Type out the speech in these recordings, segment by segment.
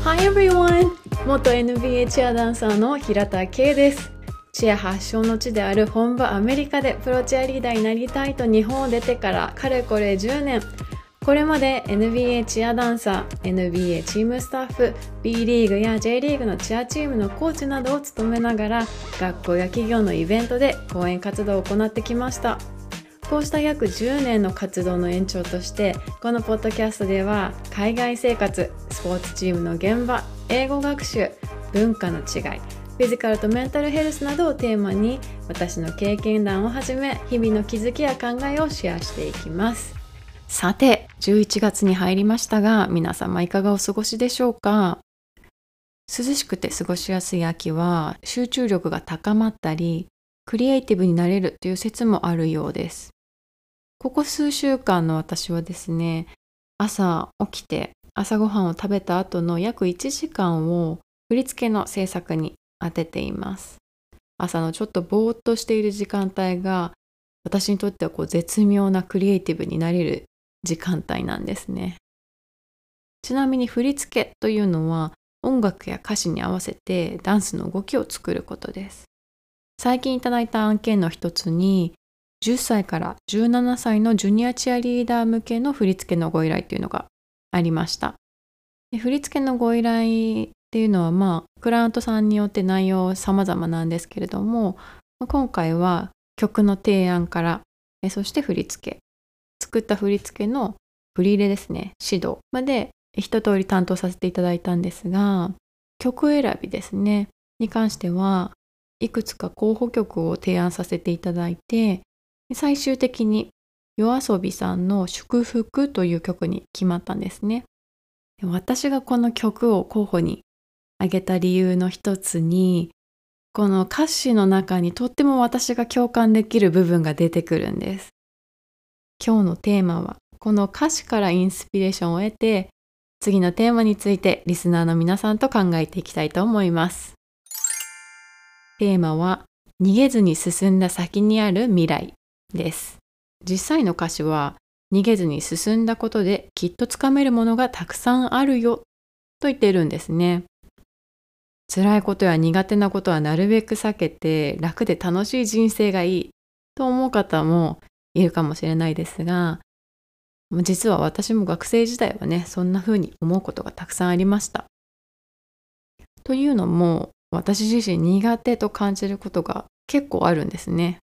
Hi everyone! 元 NBA チアダンサーの平田圭です。チア発祥の地である本場アメリカでプロチアリーダーになりたいと日本を出てからかれこれ10年。これまで NBA チアダンサー、NBA チームスタッフ、B リーグや J リーグのチアチームのコーチなどを務めながら学校や企業のイベントで講演活動を行ってきました。こうした約10年の活動の延長としてこのポッドキャストでは海外生活、スポーツチームの現場、英語学習、文化の違い、フィジカルとメンタルヘルスなどをテーマに私の経験談をはじめ日々の気づきや考えをシェアしていきます。さて、11月に入りましたが皆様いかがお過ごしでしょうか。涼しくて過ごしやすい秋は集中力が高まったりクリエイティブになれるという説もあるようです。ここ数週間の私はですね、朝起きて朝ごはんを食べた後の約1時間を振り付けの制作に当てています。朝のちょっとぼーっとしている時間帯が私にとっては絶妙なクリエイティブになれる時間帯なんですね。ちなみに振り付けというのは音楽や歌詞に合わせてダンスの動きを作ることです。最近いただいた案件の一つに10歳から17歳のジュニアチアリーダー向けの振り付けのご依頼というのがありました。で、振り付けのご依頼っていうのはクライアントさんによって内容様々なんですけれども、今回は曲の提案からそして振り付け、作った振り付けの振り入れですね、指導まで一通り担当させていただいたんですが、曲選びですねに関してはいくつか候補曲を提案させていただいて、最終的にYOASOBIさんの祝福という曲に決まったんですね。私がこの曲を候補に挙げた理由の一つに、この歌詞の中にとっても私が共感できる部分が出てくるんです。今日のテーマはこの歌詞からインスピレーションを得て、次のテーマについてリスナーの皆さんと考えていきたいと思います。テーマは逃げずに進んだ先にある未来です。実際の歌詞は逃げずに進んだことできっとつかめるものがたくさんあるよと言っているんですね。辛いことや苦手なことはなるべく避けて楽で楽しい人生がいいと思う方もいるかもしれないですが、実は私も学生時代はね、そんな風に思うことがたくさんありました。というのも私自身苦手と感じることが結構あるんですね。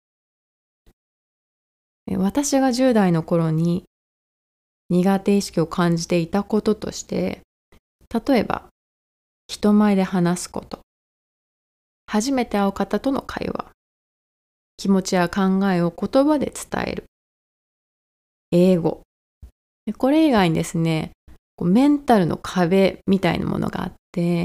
私が10代の頃に苦手意識を感じていたこととして、例えば人前で話すこと、初めて会う方との会話、気持ちや考えを言葉で伝える、英語。これ以外にですね、メンタルの壁みたいなものがあって、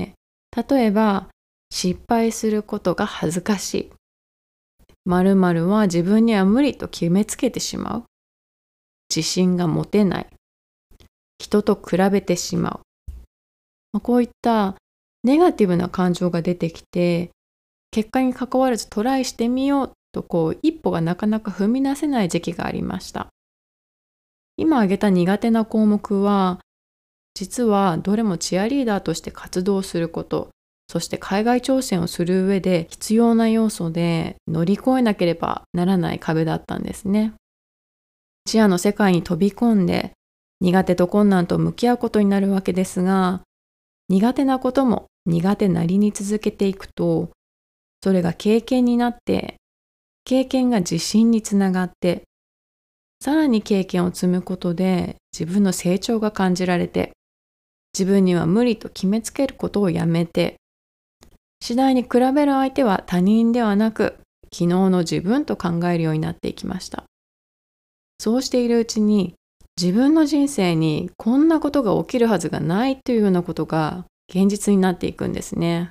例えば失敗することが恥ずかしい。〇〇は自分には無理と決めつけてしまう。自信が持てない。人と比べてしまう。こういったネガティブな感情が出てきて、結果に関わらずトライしてみようと一歩がなかなか踏み出せない時期がありました。今挙げた苦手な項目は、実はどれもチアリーダーとして活動すること、そして海外挑戦をする上で必要な要素で乗り越えなければならない壁だったんですね。チアの世界に飛び込んで苦手と困難と向き合うことになるわけですが、苦手なことも苦手なりに続けていくと、それが経験になって、経験が自信につながって、さらに経験を積むことで自分の成長が感じられて、自分には無理と決めつけることをやめて、次第に比べる相手は他人ではなく、昨日の自分と考えるようになっていきました。そうしているうちに、自分の人生にこんなことが起きるはずがないというようなことが現実になっていくんですね。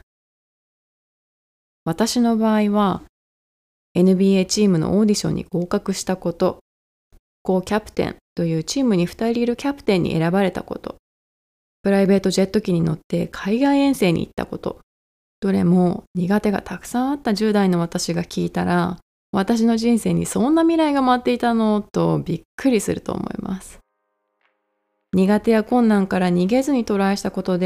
私の場合は、NBA チームのオーディションに合格したこと、キャプテンというチームに2人いるキャプテンに選ばれたこと、プライベートジェット機に乗って海外遠征に行ったこと、どれも苦手がたくさんあった10代の私が聞いたら、私の人生にそんな未来が待っていたのとびっくりすると思います。苦手や困難から逃げずにトライしたことで、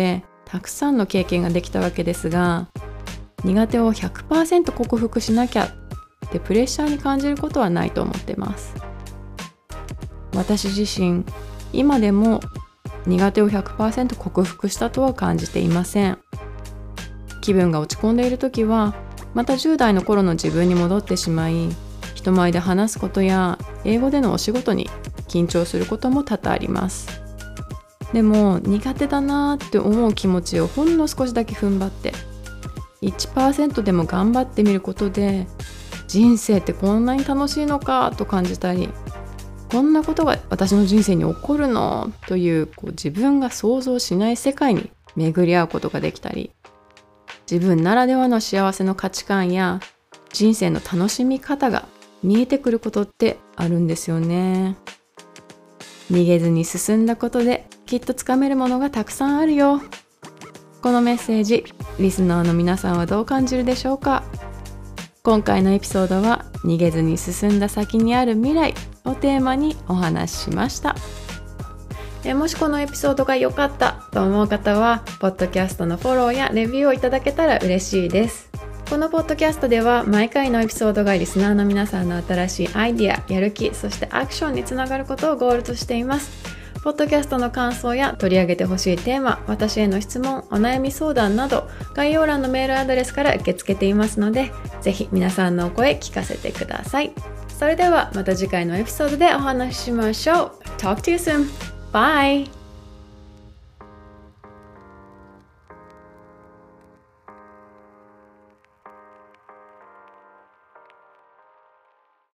たくさんの経験ができたわけですが、苦手を 100% 克服しなきゃってプレッシャーに感じることはないと思ってます。私自身、今でも苦手を 100% 克服したとは感じていません。気分が落ち込んでいる時は、また10代の頃の自分に戻ってしまい、人前で話すことや英語でのお仕事に緊張することも多々あります。でも苦手だなーって思う気持ちをほんの少しだけ踏ん張って 1% でも頑張ってみることで、人生ってこんなに楽しいのかと感じたり、こんなことが私の人生に起こるのという、自分が想像しない世界に巡り合うことができたり、自分ならではの幸せの価値観や人生の楽しみ方が見えてくることってあるんですよね。逃げずに進んだことできっとつかめるものがたくさんあるよ。このメッセージ、リスナーの皆さんはどう感じるでしょうか？今回のエピソードは逃げずに進んだ先にある未来をテーマにお話ししました。もしこのエピソードが良かったと思う方は、ポッドキャストのフォローやレビューをいただけたら嬉しいです。このポッドキャストでは毎回のエピソードがリスナーの皆さんの新しいアイディア、やる気、そしてアクションにつながることをゴールとしています。ポッドキャストの感想や取り上げてほしいテーマ、私への質問、お悩み相談など、概要欄のメールアドレスから受け付けていますので、ぜひ皆さんのお声聞かせてください。それではまた次回のエピソードでお話ししましょう。Talk to you soon! Bye!